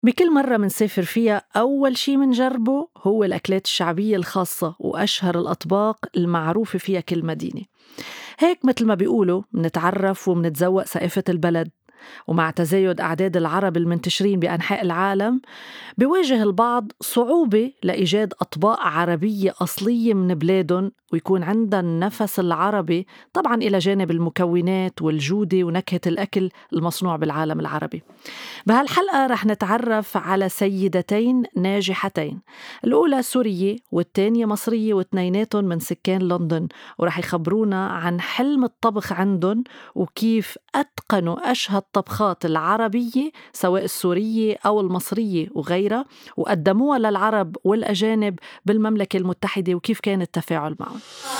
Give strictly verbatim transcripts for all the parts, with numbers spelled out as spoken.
بكل مرة منسافر فيها أول شي منجربه هو الأكلات الشعبية الخاصة وأشهر الأطباق المعروفة فيها كل مدينة. هيك مثل ما بيقولوا منتعرف ومنتزوق ثقافة البلد. ومع تزايد أعداد العرب المنتشرين بأنحاء العالم بيواجه البعض صعوبة لإيجاد أطباق عربية أصلية من بلادهم ويكون عندها النفس العربي، طبعاً إلى جانب المكونات والجودة ونكهة الأكل المصنوع بالعالم العربي. بهالحلقة رح نتعرف على سيدتين ناجحتين، الأولى سورية والتانية مصرية واثنيناتهم من سكان لندن، ورح يخبرونا عن حلم الطبخ عندن وكيف أتقنوا أشهى الطبخات العربية سواء السورية أو المصرية وغيرها وقدموها للعرب والأجانب بالمملكة المتحدة وكيف كان التفاعل معهم.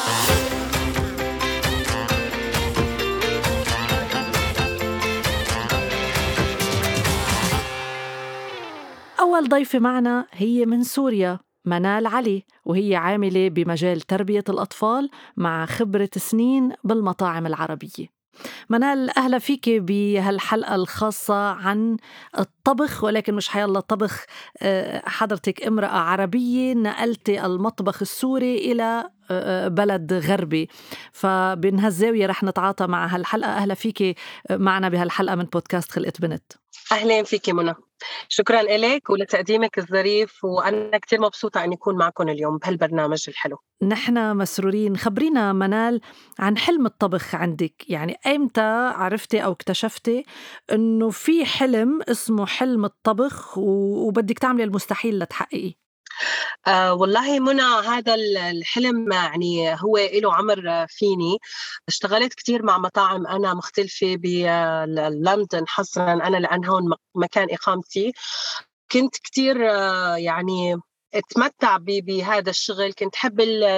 أول ضيفة معنا هي من سوريا، منال علي، وهي عاملة بمجال تربية الأطفال مع خبرة سنين بالمطاعم العربية. منال، أهلا فيك بهالحلقة الخاصة عن الطبخ، ولكن مش حيالله طبخ. حضرتك امرأة عربية نقلتي المطبخ السوري إلى بلد غربي، فبين هالزاوية رح نتعاطى مع هالحلقة. أهلا فيك معنا بهالحلقة من بودكاست خلقت بنت. أهلين فيك منى، شكراً إليك ولتقديمك الظريف، وأنا كتير مبسوطة أن يكون معكم اليوم بهالبرنامج الحلو. نحن مسرورين. خبرينا منال عن حلم الطبخ عندك، يعني أيمتى عرفتي أو اكتشفتي أنه في حلم اسمه حلم الطبخ وبدك تعملي المستحيل لتحققيه؟ آه والله منى، هذا الحلم يعني هو له عمر فيني. اشتغلت كتير مع مطاعم أنا مختلفة بلندن حصراً، أنا لأن هون مكان إقامتي. كنت كتير آه يعني اتمتع بهذا الشغل، كنت حب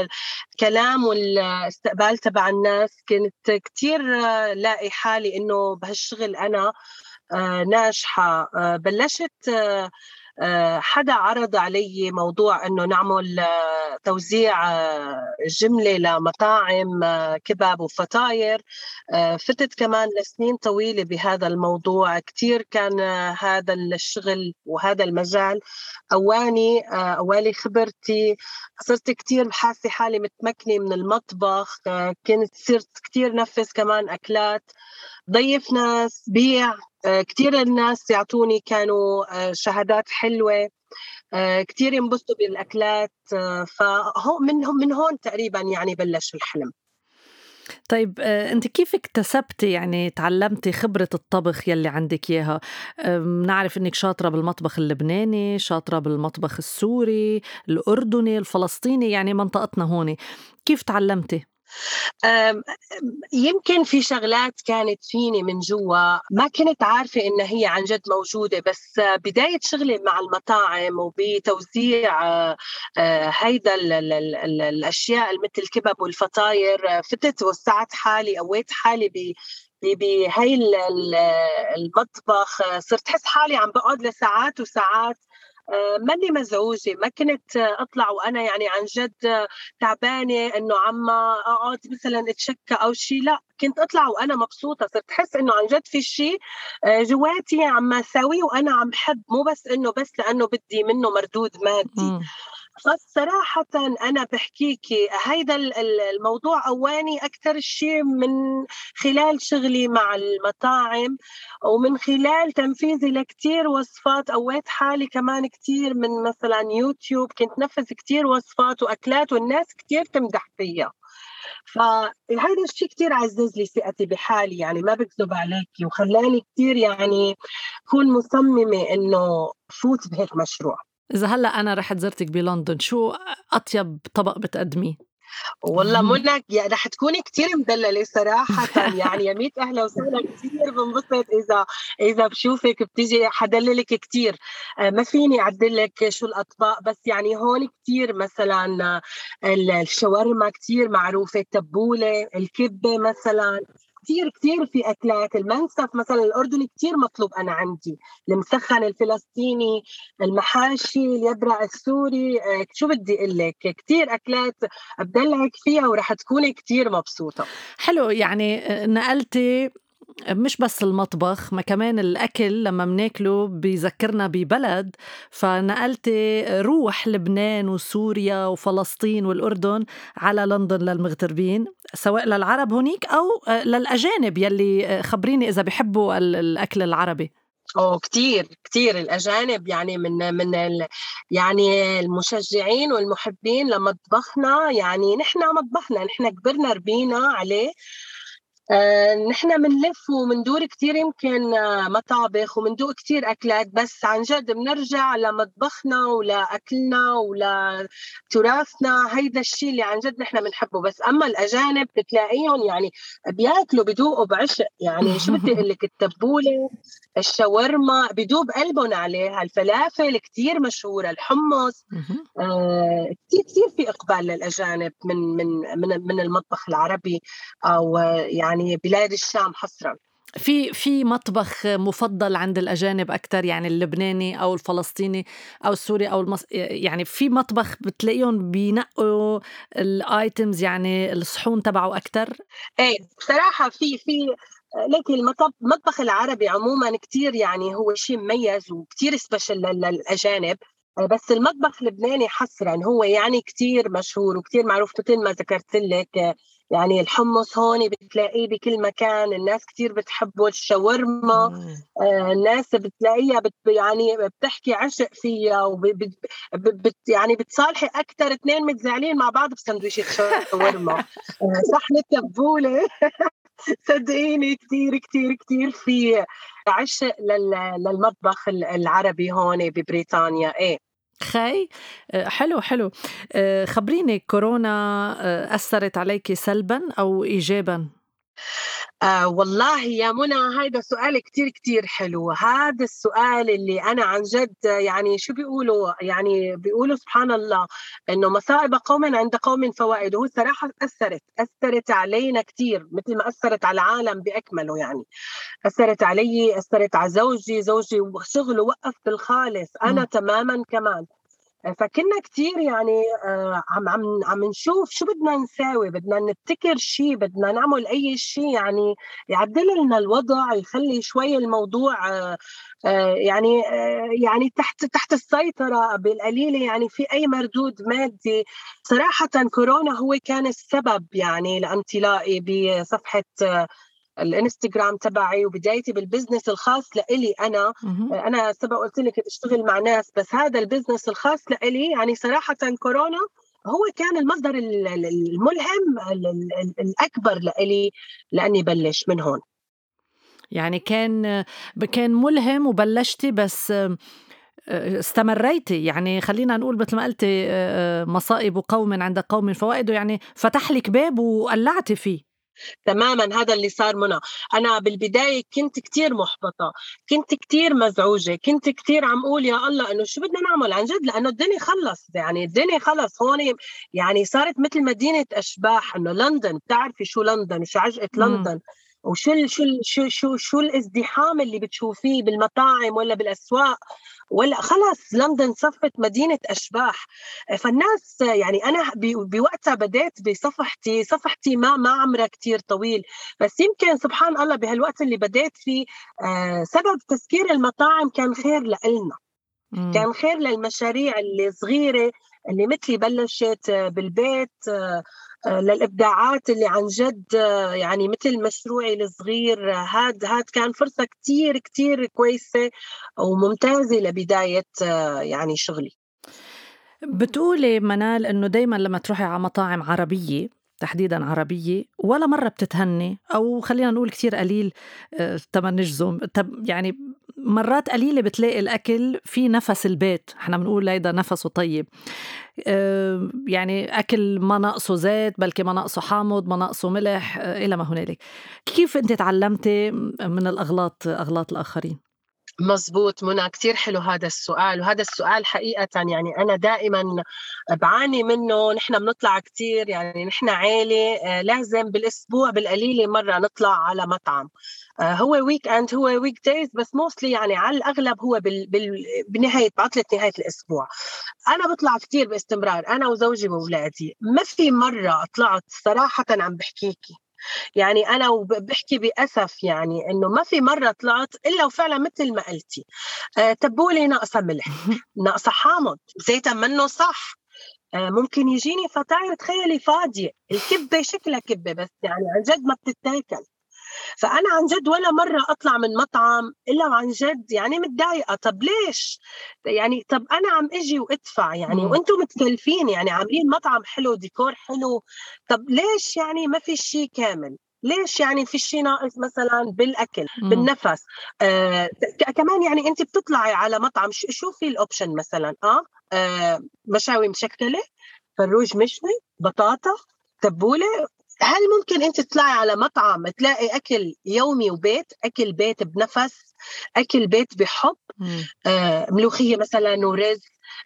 الكلام والاستقبال تبع الناس، كنت كتير آه لاقي حالي إنه بهالشغل أنا آه ناجحة. آه بلشت آه آه حدا عرض علي موضوع إنه نعمل آه توزيع آه جملة لمطاعم آه كباب وفطاير. آه فتت كمان لسنين طويلة بهذا الموضوع، كتير كان آه هذا الشغل وهذا المجال أواني آه أوالي خبرتي. صرت كتير حاسة حالي متمكنة من المطبخ. آه كنت صرت كتير نفذ كمان أكلات، ضيف ناس، بيع. آه كتير الناس يعطوني كانوا آه شهادات حلوة. آه كتير ينبسطوا بالأكلات. آه فهو من, من هون تقريبا يعني بلش الحلم. طيب، أنت كيف اكتسبتي يعني تعلمتي خبرة الطبخ يلي عندك إياها؟ نعرف أنك شاطرة بالمطبخ اللبناني، شاطرة بالمطبخ السوري، الأردني، الفلسطيني، يعني منطقتنا هون. كيف تعلمتي؟ يمكن في شغلات كانت فيني من جوا ما كنت عارفة إنها هي عن جد موجودة، بس بداية شغلي مع المطاعم وبتوزيع هيدا ال ال ال ال الأشياء مثل الكباب والفطاير، فتت وسعت حالي، قويت حالي ب بهاي المطبخ. صرت حس حالي عم بقعد لساعات وساعات. ماني مزعوجة، ما كنت أطلع وأنا يعني عن جد تعبانة إنه عم أقعد مثلا أتشكى أو شيء، لا كنت أطلع وأنا مبسوطة. صرت أحس إنه عن جد في شيء جواتي عم أساويه وأنا عم بحب، مو بس إنه بس لأنه بدي منه مردود مادي. م. فصراحة أنا بحكيكي هيدا الموضوع أواني أكثر شيء من خلال شغلي مع المطاعم، ومن خلال تنفيذي لكتير وصفات. قويت حالي كمان كتير من مثلا يوتيوب، كنت نفذ كتير وصفات وأكلات والناس كتير تمدح فيها. فهذا الشيء كتير عزز لي ثقتي بحالي، يعني ما بكذب عليكي، وخلاني كتير يعني كون مصممة إنه فوت بهيك مشروع. إذا هلأ أنا رحت زرتك بلندن، شو أطيب طبق بتقدميه؟ والله منى يعني رح تكوني كتير مدللة صراحة. يعني يا ميت أهلا وسهلا، كتير بنبسط إذا إذا بشوفك بتيجي حدللك كتير. آه ما فيني أعدلك شو الأطباق، بس يعني هون كتير مثلا الشاورما كتير معروفة، التبولة، الكبة مثلا، كتير كتير في أكلات. المنسف مثلا الأردني كتير مطلوب أنا عندي، المسخن الفلسطيني، المحاشي، اليبرع السوري. آه شو بدي أقول لك، كتير أكلات بدلعك فيها ورح تكوني كتير مبسوطة. حلو، يعني نقلتي مش بس المطبخ، ما كمان الأكل لما مناكله بيذكرنا ببلد، فنقلت روح لبنان وسوريا وفلسطين والأردن على لندن للمغتربين، سواء للعرب هونيك أو للأجانب يلي خبريني إذا بيحبوا الأكل العربي. أو كتير كتير الأجانب يعني من من ال يعني المشجعين والمحبين لمطبخنا، يعني نحن مطبخنا نحن كبرنا ربينا عليه. آه، نحن منلف ومندور كتير يمكن آه، مطابخ ومندوق كتير أكلات، بس عن جد بنرجع لمطبخنا ولأكلنا ولتراثنا. هيدا الشيء اللي عن جد نحن بنحبه. بس أما الأجانب بتلاقيهم يعني بياكلوا بدوقوا بعشق، يعني شو بدي أقول لك، التبولة، الشاورما بدوب قلبهم عليها، الفلافل كتير مشهورة، الحمص. آه، كتير كتير في إقبال للأجانب من من من من المطبخ العربي، أو آه، يعني بلاد الشام حصرا. في في مطبخ مفضل عند الأجانب أكتر، يعني اللبناني أو الفلسطيني أو السوري أو المص... يعني في مطبخ بتلاقيهم بينقوا الآيتمز، يعني الصحون تبعه أكتر. ايه بصراحة في في لك المطبخ العربي عموما كتير يعني هو شيء مميز وكتير سبيشل للأجانب. بس المطبخ اللبناني حصرا هو يعني كتير مشهور وكتير معروف، مثل ما ذكرت لك. يعني الحمص هون بتلاقيه بكل مكان، الناس كتير بتحبه. الشاورما آه الناس بتلاقيها بت يعني بتحكي عشق فيها، وبت بت يعني بتصالحي أكتر اثنين متزعلين مع بعض بسندويشة شاورما. آه صحن التبولة صدقيني كتير كتير كتير في عشق للمطبخ العربي هون ببريطانيا. ايه خي حلو حلو. خبريني، كورونا أثرت عليك سلبا أو إيجابا؟ آه والله يا منى، هذا سؤال كتير كتير حلو. هذا السؤال اللي أنا عن جد يعني شو بيقولوا، يعني بيقولوا سبحان الله إنه مصائب قوم عند قوم فوائد. وهو صراحة أثرت أثرت علينا كتير، مثل ما أثرت على العالم بأكمله. يعني أثرت علي، أثرت على زوجي زوجي شغله وقف بالخالص، أنا م. تماما كمان. فكنا كتير يعني آه، عم عم عم نشوف شو بدنا نساوي، بدنا نبتكر شيء، بدنا نعمل أي شيء يعني يعدل لنا الوضع، يخلي شوي الموضوع آه، آه، يعني آه، يعني تحت تحت السيطرة بالقليلة، يعني في أي مردود مادي. صراحة كورونا هو كان السبب يعني لانطلاقي بصفحة الانستغرام تبعي وبدايتي بالبزنس الخاص لإلي أنا. أنا سبق قلت لك أشتغل مع ناس، بس هذا البزنس الخاص لإلي يعني صراحة كورونا هو كان المصدر الملهم الأكبر لإلي، لأني بلش من هون. يعني كان كان ملهم وبلشتي، بس استمريتي. يعني خلينا نقول مثل ما قلتي مصائب قوم عند قوم فوائد، يعني فتح لك باب وقلعتي فيه. تماما هذا اللي صار منى. أنا بالبداية كنت كتير محبطة، كنت كتير مزعوجة، كنت كتير عم أقول يا الله إنه شو بدنا نعمل عن جد، لأنه الدنيا خلص، يعني الدنيا خلص هون. يعني صارت مثل مدينة أشباح. إنه لندن، بتعرفي شو لندن وشو عجقة لندن، وشو ال شو ال شو شو شو الازدحام اللي بتشوفيه بالمطاعم ولا بالأسواق، ولا خلاص لندن صفت مدينة أشباح. فالناس يعني أنا بوقتها بديت بصفحتي صفحتي ما ما عمرها كتير طويل، بس يمكن سبحان الله بهالوقت اللي بديت فيه آه سبب تسكير المطاعم كان خير لإلنا، كان خير للمشاريع اللي صغيرة اللي مثلي بلشت بالبيت، للإبداعات اللي عن جد يعني مثل مشروعي الصغير. هاد هاد كان فرصة كتير كتير كويسة وممتازة لبداية يعني شغلي. بتقولي منال إنه دايماً لما تروحي على مطاعم عربية، تحديداً عربية، ولا مرة بتتهني، أو خلينا نقول كتير قليل اه تمن نجزم، يعني مرات قليلة بتلاقي الأكل في نفس البيت. احنا بنقول هيدا نفسه طيب. اه يعني أكل ما ناقصه زيت، بلكي ما ناقصه حامض، ما ناقصه ملح، اه إلى ما هنالك. كيف أنت تعلمتي من الأغلاط أغلاط الآخرين؟ مزبوط منى، كتير حلو هذا السؤال. وهذا السؤال حقيقة يعني أنا دائما بعاني منه. نحن بنطلع كتير، يعني نحن عائلة لازم بالأسبوع بالقليلة مرة نطلع على مطعم. هو ويك أند هو ويك دايز، بس موستلي يعني على الأغلب هو بال بال بنهاية بعطلة نهاية الأسبوع. أنا بطلع كتير باستمرار، أنا وزوجي وأولادي. ما في مرة طلعت صراحة عم بحكيكي يعني أنا وبحكي بأسف يعني إنه ما في مرة طلعت إلا وفعلا مثل ما قلتي، آه تبولي ناقصة ملح، ناقصة حامض، زيتها منه صح. آه ممكن يجيني فطاير تخيلي فاضية، الكبة شكلها كبة بس يعني عن جد ما بتتاكل. فأنا عن جد ولا مرة أطلع من مطعم إلا وعن جد يعني متضايقة. طب ليش؟ يعني طب أنا عم أجي وأدفع يعني مم. وأنتم متكلفين، يعني عاملين مطعم حلو، ديكور حلو، طب ليش يعني ما في شيء كامل؟ ليش يعني في شيء ناقص مثلا بالأكل مم. بالنفس؟ آه ك- كمان يعني أنت بتطلعي على مطعم، ش- شو في الأوبشن مثلا؟ آه, آه مشاوي مشكلة، فروج مشوي، بطاطا، تبولة. هل ممكن انت تطلعي على مطعم تلاقي اكل يومي وبيت، اكل بيت بنفس، اكل بيت بحب؟ مم. آه ملوخيه مثلا ورز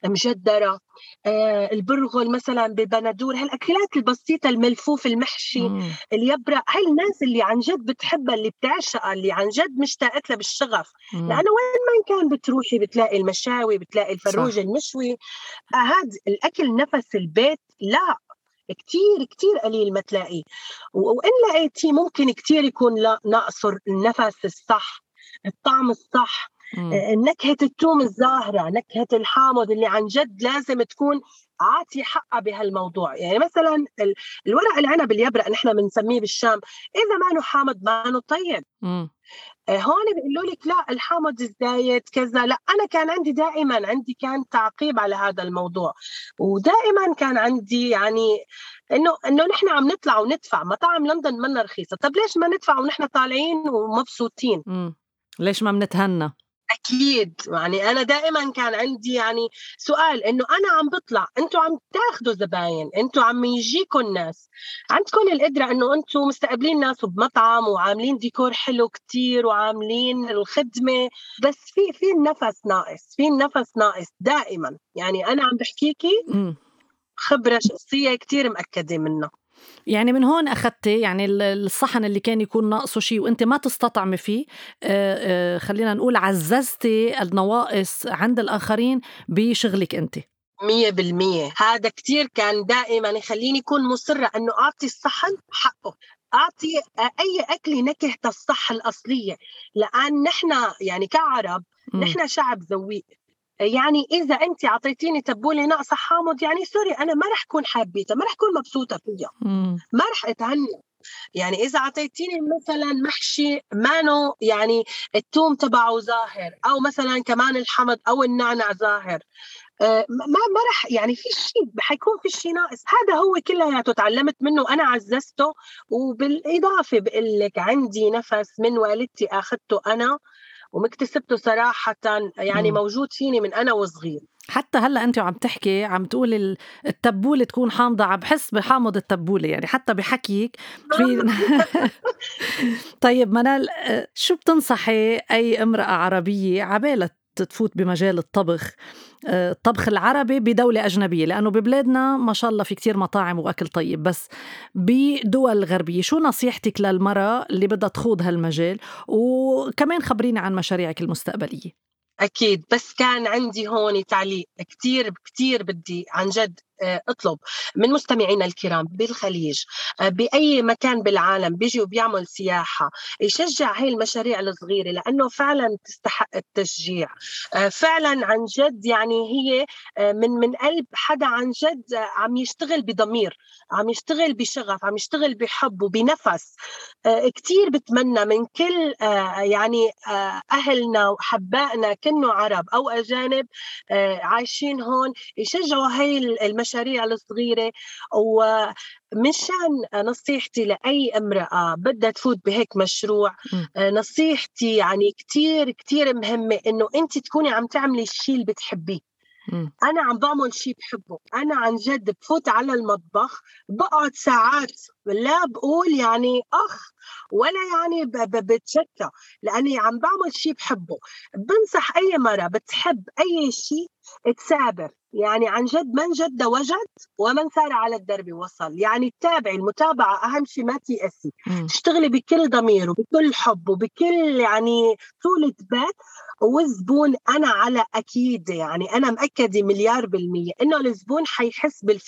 مجدره، آه البرغل مثلا ببندور، هالاكلات البسيطه، الملفوف، المحشي، مم. اليبرة، هاي الناس اللي عن جد بتحبها، اللي بتعشقها، اللي عن جد مشتاقت لها بالشغف. مم. لانه وين ما كان بتروحي بتلاقي المشاوي، بتلاقي الفروج صح. المشوي. هاد الأكل نفس البيت لا، كتير كتير قليل ما تلاقيه. و- وإن لقيتيه ممكن كتير يكون لا ناقصه النفس الصح، الطعم الصح، مم. آه، نكهة الثوم الزاهرة، نكهة الحامض اللي عن جد لازم تكون عاطي حقها بهالموضوع. يعني مثلا ال- الورق العنب اليبرق نحن بنسميه بالشام، إذا ما له حامض ما له طيب. مم. آه، هون بيقولوا لك لا الحامض الزايد كذا، لا انا كان عندي دائما عندي كان تعقيب على هذا الموضوع، ودائما كان عندي يعني انه انه نحن عم نطلع وندفع، مطاعم لندن منا رخيصه، طب ليش ما ندفع ونحن طالعين ومبسوطين؟ مم. ليش ما بنتهنى؟ أكيد. يعني أنا دائما كان عندي يعني سؤال، إنه أنا عم بطلع، أنتوا عم تاخدوا زباين، أنتوا عم يجيكم الناس، عندكم القدرة إنه أنتوا مستقبلين ناس بمطعم وعاملين ديكور حلو كتير وعاملين الخدمة، بس في في النفس ناقص، في النفس ناقص دائما. يعني أنا عم بحكيكي مم. خبرة شخصية كتير مأكدة منها. يعني من هون أخدتِ يعني ال الصحن اللي كان يكون ناقصه شي وأنتِ ما تستطعمي فيه، آآ آآ خلّينا نقول عزّزتِ النواقص عند الآخرين بشغلِك أنتِ. مية بالمية هذا كتير كان دائما يخليني أكون مصرة أنه أعطي الصحن حقه، أعطي أي أكل نكهة الصح الأصلية. لأن نحن يعني كعرب إمم. نحن شعب ذويق. يعني إذا أنت عطيتيني تبولة ناقصة حامض، يعني سوري أنا ما رح كون حابيتها، ما رح كون مبسوطة فيها، إمم. ما رح أتهنى. يعني إذا عطيتيني مثلا محشي مانو يعني الثوم تبعه ظاهر، أو مثلا كمان الحمض أو النعنع ظاهر، آه، ما ما رح يعني في شيء حيكون في شيء ناقص. هذا هو كلياته تعلمت منه، انا عززته. وبالاضافه بقول لك عندي نفس من والدتي اخذته انا ومكتسبته صراحه، يعني إمم. موجود فيني من انا وصغير. حتى هلأ أنتِ وعم تحكي عم تقولي ال التبولة تكون حامضة، عم بحس بحامض التبولة، يعني حتى بحكيِك في طيب منال، آآ شو بتنصحي أي امرأة عربية عبالها تفوت بمجال الطبخ، آآ الطبخ العربي بدولة أجنبية؟ لأنه ببلادنا ما شاء الله في كتير مطاعم وأكل طيب، بس بدول غربية شو نصيحتِك للمرأة اللي بدها تخوض هالمجال؟ وكمان خبريني عن مشاريعِك المستقبلية. أكيد. بس كان عندي هون تعليق كتير كتير بدي عن جد آه، اطلب من مستمعينا الكرام بالخليج، آه، بأي مكان بالعالم بيجي وبيعمل سياحة، يشجع هاي المشاريع الصغيرة لأنه فعلا تستحق التشجيع. آه، فعلا عن جد يعني هي آه، من من قلب حدا عن جد آه، عم يشتغل بضمير، عم يشتغل بشغف، عم يشتغل بحب وبنفس. آه، كتير بتمنى من كل آه، يعني آه، أهلنا وأحبائنا كنوا عرب أو أجانب آه، عايشين هون، يشجعوا هاي المشاريع الصغيرة. ومنشان نصيحتي لأي امرأة بدها تفوت بهيك مشروع، إمم. آه، نصيحتي يعني كتير كتير مهمة إنه أنت تكوني عم تعملي الشيء اللي بتحبيه. إمم. أنا عم بعمل شيء بحبه، أنا عن جد بفوت على المطبخ بقعد ساعات، لا بقول يعني أخ ولا يعني ب- ب- بتشكى، لأني عم بعمل شيء بحبه. بنصح أي مرة بتحب أي شيء تسابر، يعني عن جد من جد وجد ومن سار على الدرب وصل. يعني تتابعي، المتابعة أهم شيء، ما تيأسي، إمم. تشتغلي بكل ضمير وبكل حب وبكل يعني طولة بال. والزبون أنا على أكيد يعني أنا مأكدة مليار بالمية إنه الزبون حيحس بالفرق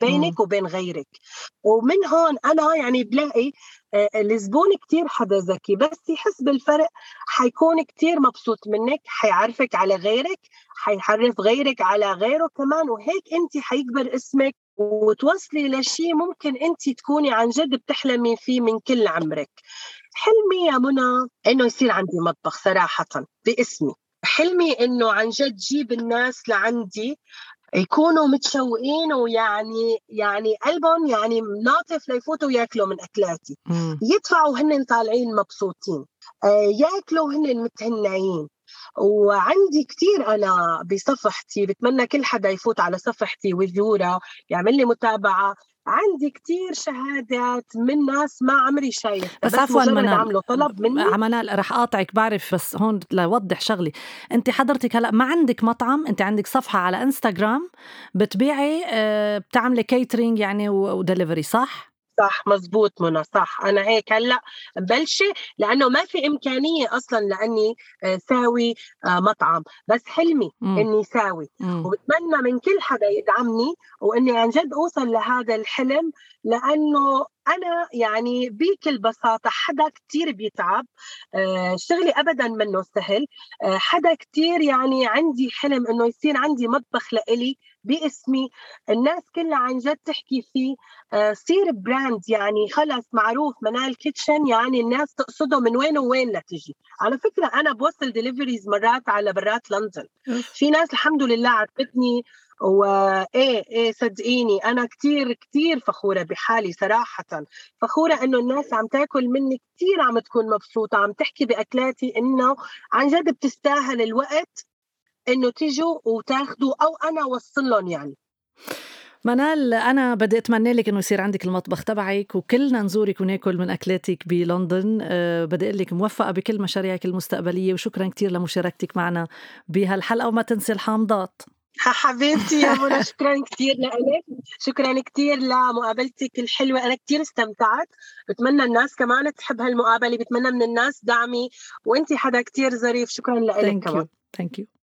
بينك وبين غيرك. ومن هون أنا يعني بلاقي الزبون كتير حدا ذكي، بس يحس بالفرق حيكون كتير مبسوط منك، حيعرفك على غيرك، حيعرف غيرك على غيره كمان، وهيك انت حيكبر اسمك وتوصلي لشيء ممكن انت تكوني عن جد بتحلمي فيه من كل عمرك. حلمي يا منى انه يصير عندي مطبخ صراحة باسمي. حلمي انه عن جد جيب الناس لعندي يكونوا متشوقين، ويعني يعني قلبهم يعني ناطف ليفوتوا ياكلوا من أكلاتي، مم. يدفعوا هن طالعين مبسوطين، آه ياكلوا هن متهنعين. وعندي كتير أنا بصفحتي، بتمنى كل حدا يفوت على صفحتي ويزورها يعمل لي متابعة. عندي كتير شهادات من ناس ما عمري شايفتها، بس بس عفوا مجرد منال، عملوا طلب مني. منال رح قاطعك بعرف، بس هون لوضح شغلي. انت حضرتك هلا ما عندك مطعم، انت عندك صفحة على انستغرام بتبيعي آه، بتعملي كيترينج يعني ودليفري، صح؟ صح مزبوط منى، صح. أنا هيك هلأ بلشة، لأنه ما في إمكانية أصلا لأني ساوي مطعم، بس حلمي مم. إني ساوي. مم. وبتمنى من كل حدا يدعمني وإني عن جد أوصل لهذا الحلم، لأنه أنا يعني بكل بساطة حدا كتير بيتعب، شغلي أبدا منه سهل، حدا كتير يعني عندي حلم إنه يصير عندي مطبخ لإلي باسمي، الناس كلها عن جد تحكي فيه، صير براند يعني خلص معروف منال كيتشن، يعني الناس تقصده من وين وين لا تجي. على فكرة أنا بوصل ديليفريز مرات على برات لندن، في ناس الحمد لله عرفتني، وإيه إيه صدقيني أنا كتير كتير فخورة بحالي صراحة، فخورة إنه الناس عم تاكل مني كتير، عم تكون مبسوطة، عم تحكي بأكلاتي إنه عن جد بتستاهل الوقت إنه تيجوا وتاخدوا، أو أنا وصلهم يعني. منال، أنا بدي أتمنى لك إنه يصير عندك المطبخ تبعك وكلنا نزورك وناكل من أكلاتك بلندن. أه بدي أقول لك موفقة بكل مشاريعك المستقبلية، وشكرا كتير لمشاركتك معنا بهالحلقة، وما تنسي الحامضات. حبيبتي يا منى، شكرا كتير لك، شكرا كتير لمقابلتك الحلوة، أنا كتير استمتعت. بتمنى الناس كمان تحب هالمقابلة، بتمنى من الناس دعمي، وانتي حدا كتير ظريف، شكرا لك كمان. Thank you.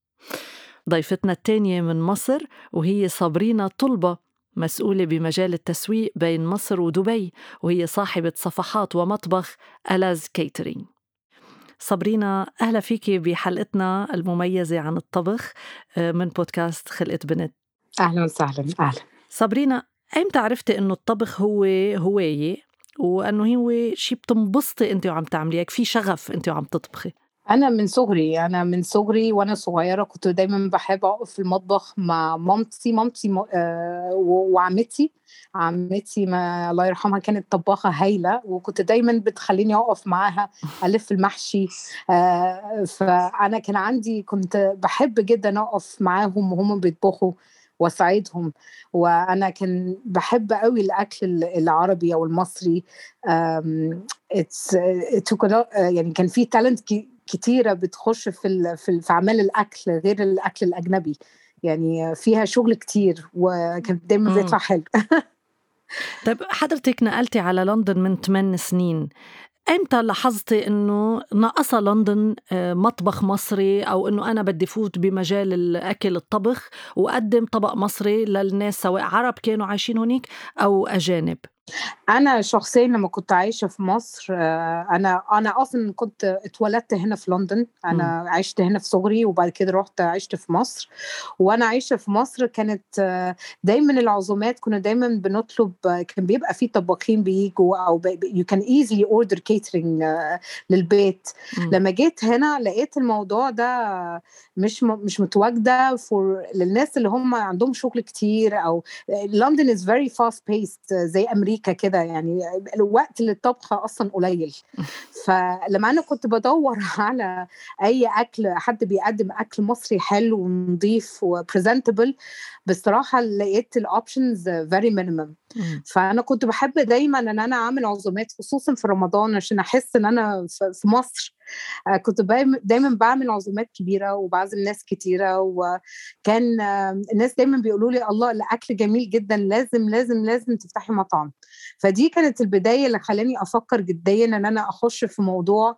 ضيفتنا الثانية من مصر وهي صابرينا طلبة، مسؤولة بمجال التسويق بين مصر ودبي، وهي صاحبة صفحات ومطبخ ألاز كيترينج. صابرينا، أهلا فيكي بحلقتنا المميزة عن الطبخ من بودكاست خلقة بنت. أهلا وسهلا. أهلا صابرينا، أيمتى عرفتي إنه الطبخ هو هواية، وأنه هو شيء بتنبسطي أنت وعم تعمليه، في شغف أنت وعم تطبخي؟ أنا من صغري أنا من صغري وأنا صغيرة كنت دايما بحب أقف في المطبخ مع مامتي مامتي م... آه وعمتي عمتي ما الله يرحمها كانت طباخة هايلة، وكنت دايما بتخليني أقف معاها ألف المحشي. آه فأنا كان عندي كنت بحب جدا أقف معاهم وهم بيطبخوا واساعدهم، وانا كان بحب قوي الاكل العربي او المصري. اتس يعني كان في تالنت كتيره بتخش في في في اعمال الاكل غير الاكل الاجنبي، يعني فيها شغل كتير وكان دايما بيطلع حلو. طيب حضرتك نقلتي على لندن من ثمان سنين، أمتى لاحظتي إنه ناقصة لندن مطبخ مصري، أو إنه أنا بدي فوت بمجال الأكل الطبخ وأقدم طبق مصري للناس سواء عرب كانوا عايشين هناك أو أجانب؟ أنا شخصيا لما كنت عايشة في مصر، أنا أنا أصلا كنت اتولدت هنا في لندن، أنا م. عشت هنا في صغري وبعد كده رحت عشت في مصر. وأنا عايشة في مصر كانت دايما العزومات كنا دايما بنطلب، كان بيبقى في طباخين بيجوا أو you can easily order catering للبيت. م. لما جيت هنا لقيت الموضوع ده مش مش متواجدة for للناس اللي هم عندهم شغل كتير، أو لندن is very fast paced زي أمريكا كده، يعني الوقت للطبخ أصلا قليل. فلما أنا كنت بدور على أي أكل حد بيقدم أكل مصري حلو ونظيف وبريزنتبل، بصراحة لقيت الأوبشنز very minimum. فأنا كنت بحب دايما أن أنا أعمل عزومات خصوصا في رمضان عشان أحس أن أنا في مصر. كنت دايما بعمل عزومات كبيرة وبعزم ناس كتيرة، وكان الناس دايما بيقولوا لي الله الأكل جميل جدا، لازم لازم لازم تفتحي مطعم. فدي كانت البداية اللي خلاني أفكر جديا أن أنا أخش في موضوع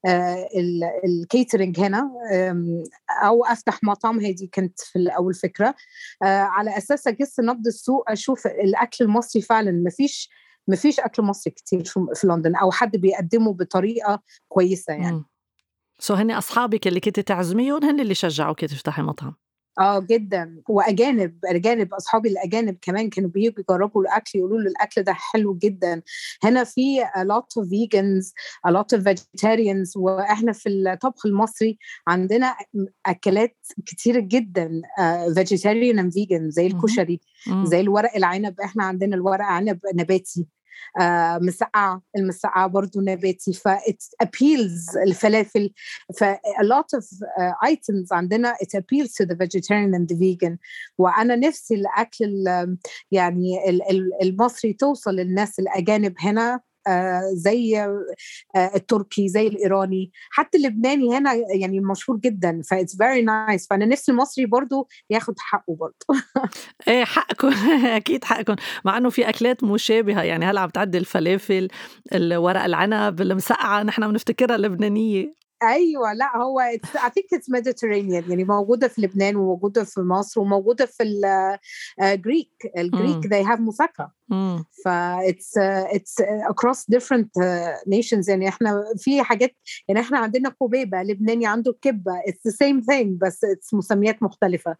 الكيترينج هنا او افتح مطعم. هذه كانت في الاول فكره على اساس اجس نبض السوق، اشوف الاكل المصري فعلا مفيش مفيش اكل مصري كتير في لندن او حد بيقدمه بطريقه كويسه يعني. سو هن اصحابك اللي كنت تعزميهم هن اللي شجعوك تفتحي مطعم؟ اه جدا، واجانب اجانب اصحابي الاجانب كمان كانوا بييجوا يجربوا الاكل، يقولوا لي الاكل ده حلو جدا. هنا في a lot of vegans a lot of vegetarians، واحنا في الطبخ المصري عندنا اكلات كتير جدا vegetarian and vegan، زي الكشري، زي الورق العنب. احنا عندنا الورق عنب نباتي، آه مسقعة، المسقعة برضو نباتي، ف it appeals الفلافل. ف a lot of uh, items عندنا it appeals to the vegetarian and the vegan. وأنا نفسي الأكل يعني المصري توصل للناس الأجانب هنا، آه زي آه التركي، زي الإيراني، حتى اللبناني هنا يعني مشهور جدا. ف it's very nice. فأنا نفسي المصري برضو ياخد حقه برضو. ايه حقكم. اكيد حقكم، مع انه في اكلات مشابهه يعني. هلا عم تعدي الفلافل، الورق العنب، المسقعه، نحن بنفتكرها لبنانيه. ايوه، لا هو I think it's Mediterranean، يعني موجوده في لبنان وموجوده في مصر وموجوده في الجريك. الجريك they have موساكا. ف it's it's across different nations. يعني احنا في حاجات، يعني احنا عندنا كوبيبه، لبناني عنده كبه، it's the same thing بس it's مسميات مختلفه.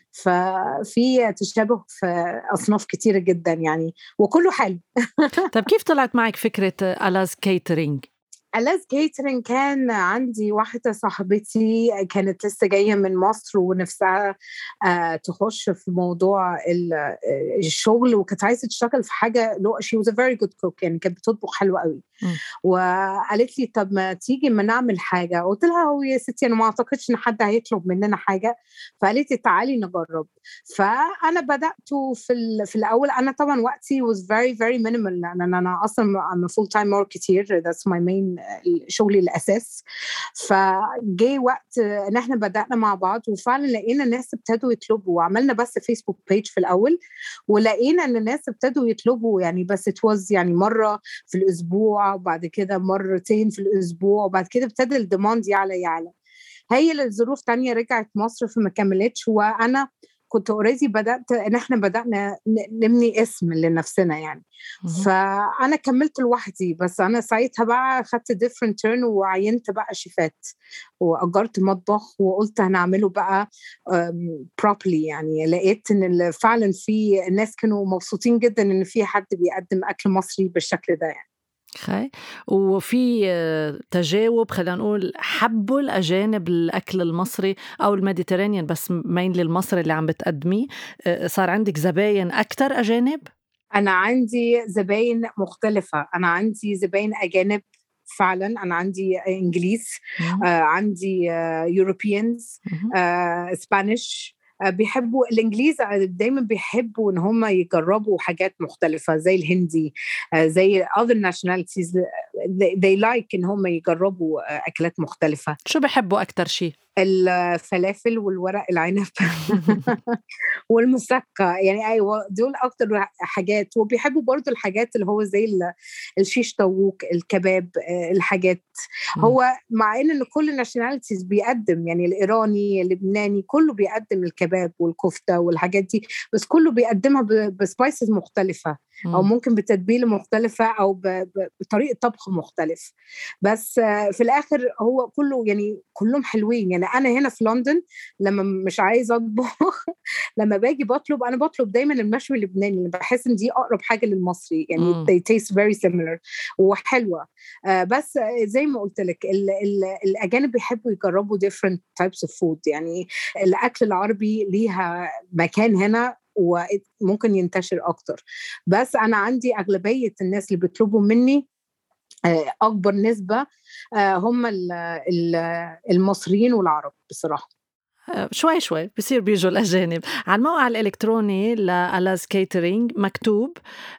ففي تشابه في أصناف كتيرة جدا يعني، وكله حلو. طب كيف طلعت معك فكرة ألاز كيترينج؟ ألاز كيترينج كان عندي واحدة صاحبتي كانت لسه جاية من مصر ونفسها آه تخش في موضوع الشغل، وكانت عايزة تشتغل في حاجة لو she was a very good cook، يعني كانت بتطبخ حلو قوي. م. وقالت لي طب ما تيجي ما نعمل حاجة. قلت لها هو يا ستي أنا ما أعتقدش إن حد هيطلب مننا حاجة. فقالت لي تعالي نجرب. فأنا بدأت في في الأول. أنا طبعا وقتي was very very minimal، لأن أنا, أنا أصلا I'm a full time marketer، that's my main شغلي الأساس. فجاي وقت إن إحنا بدأنا مع بعض، وفعلا لقينا الناس ابتدوا يطلبوا، وعملنا بس فيسبوك بيج في الأول، ولقينا إن الناس ابتدوا يطلبوا يعني، بس it was يعني مرة في الأسبوع، وبعد كده مرتين في الأسبوع، وبعد كده ابتدى الديماند يعلى يعلى. هي للظروف تانية رجعت مصر فما كملتش، وأنا كنت اوريدي بدأت إن إحنا بدأنا نبني اسم لنفسنا يعني. فأنا كملت لوحدي، بس أنا ساعتها بقى خدت different turn وعينت بقى شيفات وأجرت مطبخ، وقلت هنعمله بقى properly. يعني لقيت إن فعلا في الناس كانوا مبسوطين جدا إن في حد بيقدم أكل مصري بالشكل ده يعني. خي. وفي تجاوب، خلينا نقول حبوا الأجانب الأكل المصري أو الميديترانيان، بس مين للمصري اللي عم بتقدميه؟ صار عندك زباين أكتر أجانب؟ أنا عندي زباين مختلفة. أنا عندي زباين أجانب فعلا. أنا عندي إنجليز، آه عندي آه يوروبيانز، آه إسبانيش. بيحبوا الإنجليز دايما، بيحبوا إن هم يجربوا حاجات مختلفة زي الهندي، زي other nationalities. they like إن هم يجربوا أكلات مختلفة. شو بيحبوا أكتر شيء؟ الفلافل والورق العنب والمسكة يعني. أيوة دول أكتر حاجات. وبيحبوا برضو الحاجات اللي هو زي الشيش طاووق، الكباب، الحاجات. هو مع إن كل الناشوناليتيز بيقدم، يعني الإيراني، اللبناني، كله بيقدم الكباب والكفتة والحاجات دي، بس كله بيقدمها بسبايسز مختلفة، أو ممكن بتتبيلة مختلفة، أو بطريقة طبخ مختلف. بس في الآخر هو كله يعني كلهم حلوين. يعني أنا هنا في لندن لما مش عايز أطبخ لما باجي بطلب، أنا بطلب دايما المشوي اللبناني، بحس إن دي أقرب حاجة للمصري يعني. م. they taste very similar وحلوة. آه بس زي ما قلت لك ال ال الأجانب بيحبوا يجربوا different types of food. يعني الأكل العربي ليها مكان هنا وممكن ينتشر أكتر، بس أنا عندي أغلبية الناس اللي بيطلبوا مني أكبر نسبة هم المصريين والعرب بصراحة. شوي شوي بصير بيجوا الأجانب. على الموقع الإلكتروني لألاز كيترينج مكتوب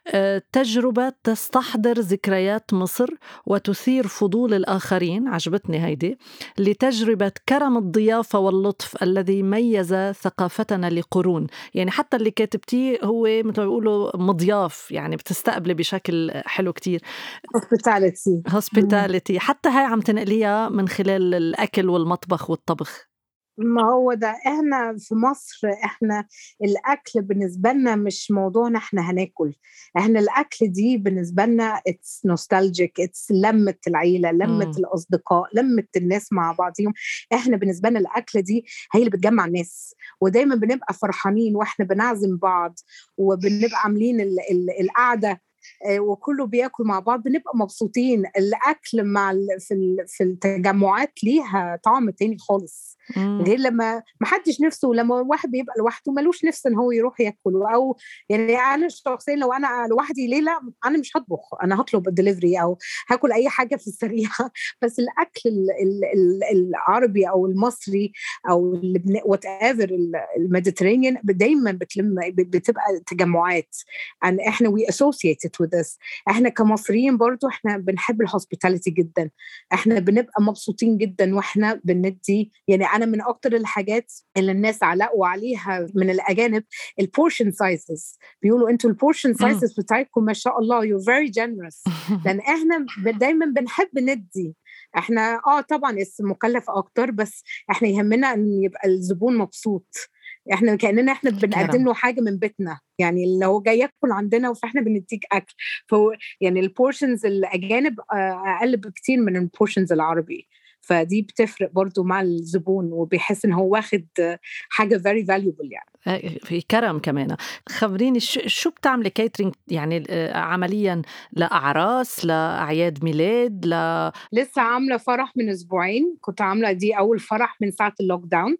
تجربة تستحضر ذكريات مصر وتثير فضول الآخرين، عجبتني هيدي، لتجربة كرم الضيافة واللطف الذي ميز ثقافتنا لقرون. يعني حتى اللي كاتبتيه هو مثل ما بيقولوا مضياف، يعني بتستقبلي بشكل حلو كتير. hospitality hospitality حتى هاي عم تنقليها من خلال الأكل والمطبخ والطبخ. ما هو ده، احنا في مصر احنا الاكل بالنسبه لنا مش موضوعنا احنا هناكل، احنا الاكل دي بالنسبه لنا اتس نوستالجيك، اتس لمه العيله، لمه مم. الاصدقاء، لمه الناس مع بعضهم. احنا بالنسبه لنا الاكل دي هي اللي بتجمع الناس، ودايما بنبقى فرحانين واحنا بنعزم بعض وبنبقى عاملين ال- ال- القعده، آه، وكله بياكل مع بعض، بنبقى مبسوطين. الاكل مع ال- في ال- في التجمعات ليها طعم تاني خالص، مم. غير لما محدش نفسه، لما واحد بيبقى لوحده ملوش نفس ان هو يروح ياكل. او يعني انا شخصيا لو انا لوحدي ليله انا مش هطبخ، انا هطلب الدليفري او هاكل اي حاجه في السريع. بس الاكل ال- ال- ال- العربي او المصري او وات ايفر الميديترينيان دايما بتلم، بتبقى تجمعات. and احنا we associated with this. احنا كمصريين برضو احنا بنحب الهوسبيتاليتي جدا، احنا بنبقى مبسوطين جدا واحنا بندي. يعني انا من اكتر الحاجات اللي الناس علقوا عليها من الاجانب البورشن سايزز، بيقولوا انتوا البورشن سايزز بتاعتكم ما شاء الله you're very generous. لان احنا دايما بنحب ندي. احنا اه طبعا مكلف اكتر، بس احنا يهمنا ان يبقى الزبون مبسوط. احنا كأننا احنا بنقدم له حاجة من بيتنا، يعني اللي هو جاي ياكل عندنا فاحنا بنديك اكل. فهو يعني البورشنز الاجانب اقل بكتير من البورشنز العربي، فدي بتفرق برضو مع الزبون وبيحس ان هو واخد حاجة very valuable. يعني في كرم كمان. خبريني شو بتعملي كيترينج يعني عمليا؟ لأعراس، لأعياد ميلاد، ل... لسه عاملة فرح من اسبوعين، كنت عاملة دي اول فرح من ساعة اللوك داون.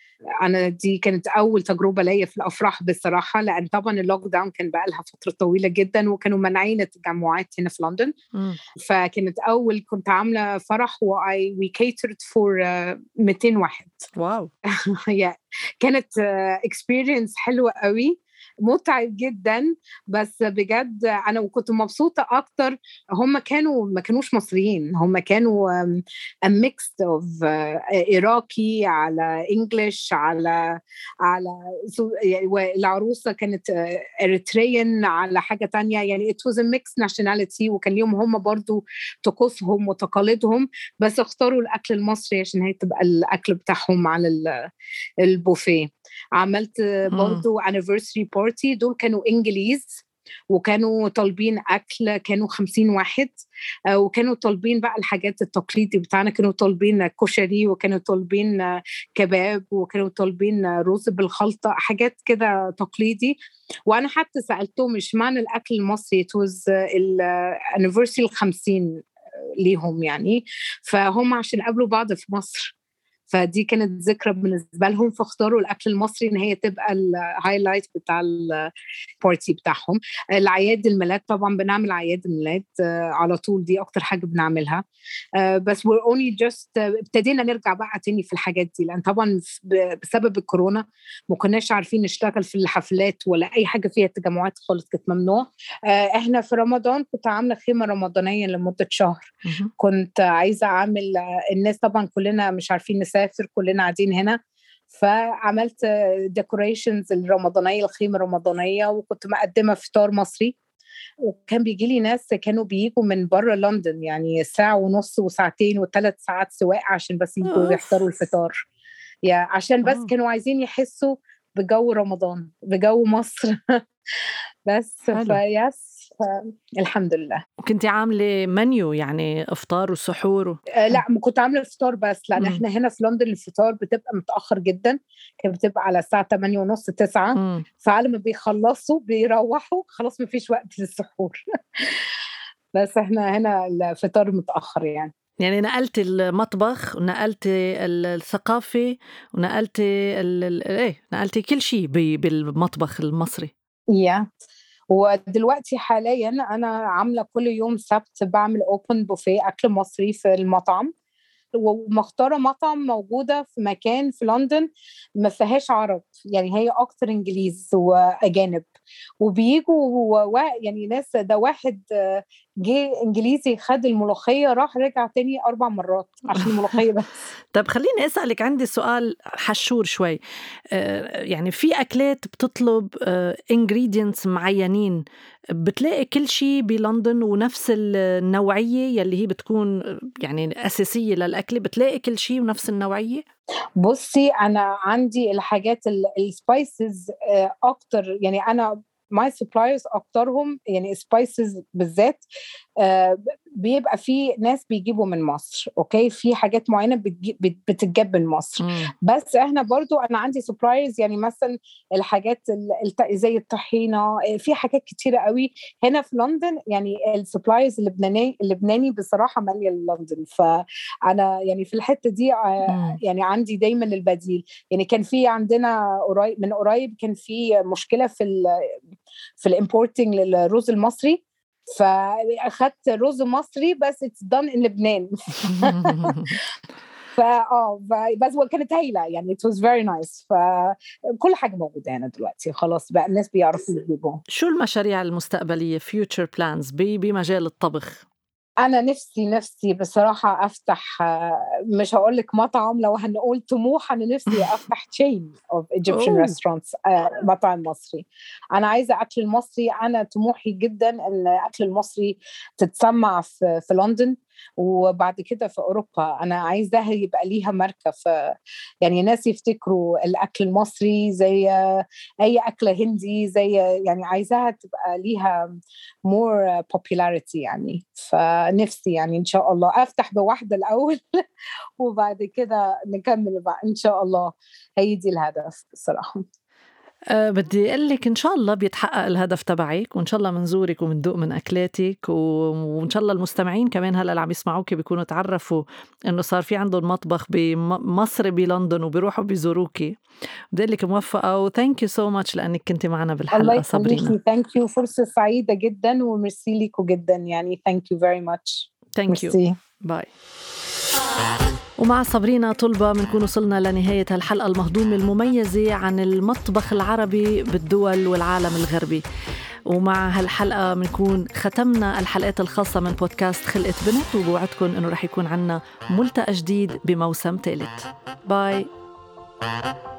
أنا دي كانت أول تجربة ليا في الأفراح بصراحة، لأن طبعا اللوك داون كان بقى لها فترة طويلة جدا وكانوا منعين التجمعات هنا في لندن. م. فكانت أول كنت عاملة فرح و I we catered for uh, مئتين واحد. واو. yeah. كانت uh, experience حلوة قوي، متعب جدا، بس بجد انا وكنت مبسوطه اكتر. هم كانوا ما كانوش مصريين، هم كانوا ميكس اوف عراقي على انجلش على على والعروسه كانت اريتريان على حاجه تانية، يعني it was a mixed nationality، وكان ليهم هم برضو طقوسهم وتقاليدهم، بس اختاروا الاكل المصري عشان هي تبقى الاكل بتاعهم على البوفيه. عملت برضو anniversary party، دول كانوا إنجليز وكانوا طالبين أكل، كانوا خمسين واحد، وكانوا طالبين بقى الحاجات التقليدي بتاعنا، كانوا طالبين كشري وكانوا طالبين كباب وكانوا طالبين رز بالخلطة، حاجات كده تقليدي. وأنا حتى سألتهم إيش معنى الأكل المصري، it was الانيفرساري الخمسين ليهم يعني، فهم عشان قابلوا بعض في مصر، فدي كانت ذكرى بالنسبة لهم، فاختاروا الأكل المصري إن هي تبقى الهايلايت بتاع البارتي بتاعهم. العياد الميلاد طبعا بنعمل عياد الميلاد على طول، دي أكتر حاجة بنعملها. بس we're only just ابتدينا نرجع بقى تاني في الحاجات دي، لأن طبعا بسبب الكورونا ما كناش عارفين نشتغل في الحفلات ولا أي حاجة فيها تجمعات خالص، كانت ممنوع. إحنا في رمضان كنت عاملة خيمة رمضانية لمدة شهر، كنت عايزة أعمل، الناس طبعا كلنا مش عارفين نسافر، كلنا قاعدين هنا، فعملت ديكوريشنز الرمضانية، الخيمة الرمضانية، وكنت مقدمة فطار مصري، وكان بيجي لي ناس كانوا بيجوا من بره لندن، يعني ساعة ونص وساعتين وثلاث ساعات سواق عشان بس يجوا يحضروا الفطار، يعني عشان بس كانوا عايزين يحسوا بجو رمضان، بجو مصر. بس فيس الحمد لله. وكنتي عاملة منيو يعني إفطار وسحور و... آه لا كنت عاملة الفطار بس، لأن م. إحنا هنا في لندن الفطار بتبقى متأخر جدا، كانت بتبقى على الساعة ثمانية ونص تسعة، فعلى ما بيخلصوا بيروحوا خلاص مفيش وقت للسحور. بس إحنا هنا الفطار متأخر يعني. يعني نقلت المطبخ ونقلت الثقافة ونقلت ال... ايه نقلت كل شيء بالمطبخ المصري. يا yeah. ودلوقتي حاليا أنا عاملة كل يوم سبت بعمل أوبن بوفيه أكل مصري في المطعم، ومختاره مطعم موجوده في مكان في لندن ما فيهاش عرب، يعني هي اكتر انجليز واجانب، وبيجوا و... يعني ناس، ده واحد جه انجليزي خد الملوخيه راح رجع تاني اربع مرات عشان الملوخيه بس. طب خليني اسالك، عندي سؤال حشور شوي. آه يعني في اكلات بتطلب آه ingredients معينين، بتلاقي كل شيء بلندن ونفس النوعيه يلي هي بتكون يعني اساسيه للاكل، بتلاقي كل شيء ونفس النوعيه؟ بصي انا عندي الحاجات السبايسز اكتر، يعني انا my suppliers اكترهم يعني سبايسز بالذات آه بيبقى في ناس بيجيبوا من مصر، اوكي، في حاجات معينه بتتجاب من مصر. م. بس احنا برضو انا عندي سبلايرز، يعني مثلا الحاجات زي الطحينه، في حاجات كتيره قوي هنا في لندن، يعني السبلايرز اللبناني اللبناني بصراحه ماليه لندن، فانا يعني في الحته دي آه يعني عندي دايما البديل. يعني كان في عندنا قريب من قريب كان في مشكله في ال في الامبورتنج للرز المصري، فاخدت رز مصري بس اتس دان ان لبنان. فا اه بس كانت هايله، يعني it was very nice. فكل حاجه موجوده هنا دلوقتي، خلاص بقى الناس بيعرفوا يجيبوا. شو المشاريع المستقبليه future plans بمجال الطبخ؟ أنا نفسي نفسي بصراحة أفتح، مش هقولك مطعم، لو هنقول طموح، أنا نفسي أفتح chain of Egyptian restaurants، مطعم مصري. أنا عايزة أكل المصري، أنا طموحي جدا أن أكل المصري تتسمع في, في لندن وبعد كده في أوروبا. أنا عايزاها يبقى ليها ماركة، في يعني ناس يفتكروا الأكل المصري زي أي أكلة هندي، زي يعني عايزاها تبقى ليها more popularity يعني. فنفسي يعني إن شاء الله أفتح بواحدة الأول وبعد كده نكمل بقى إن شاء الله. هي دي الهدف الصراحة. أه بدي أقول لك إن شاء الله بيتحقق الهدف تبعك، وإن شاء الله منزورك ومندوق من أكلاتك، وإن شاء الله المستمعين كمان هلأ اللي عم يسمعوك بيكونوا تعرفوا إنه صار في عندهم مطبخ بمصر بلندن وبيروحوا بيزوروكي. بدي لك موفقة و thank you so much لأنك كنتي معنا بالحلقة صابرينا. thank you، فرصة سعيدة جدا وميرسي ليكوا جدا، يعني thank you very much. thank you. باي. ومع صابرينا طلبة بنكون وصلنا لنهاية هالحلقة المهضومة المميزة عن المطبخ العربي بالدول والعالم الغربي. ومع هالحلقة بنكون ختمنا الحلقات الخاصة من بودكاست خلقة بنت، وبوعدكم إنه رح يكون عنا ملتقى جديد بموسم ثالث. باي.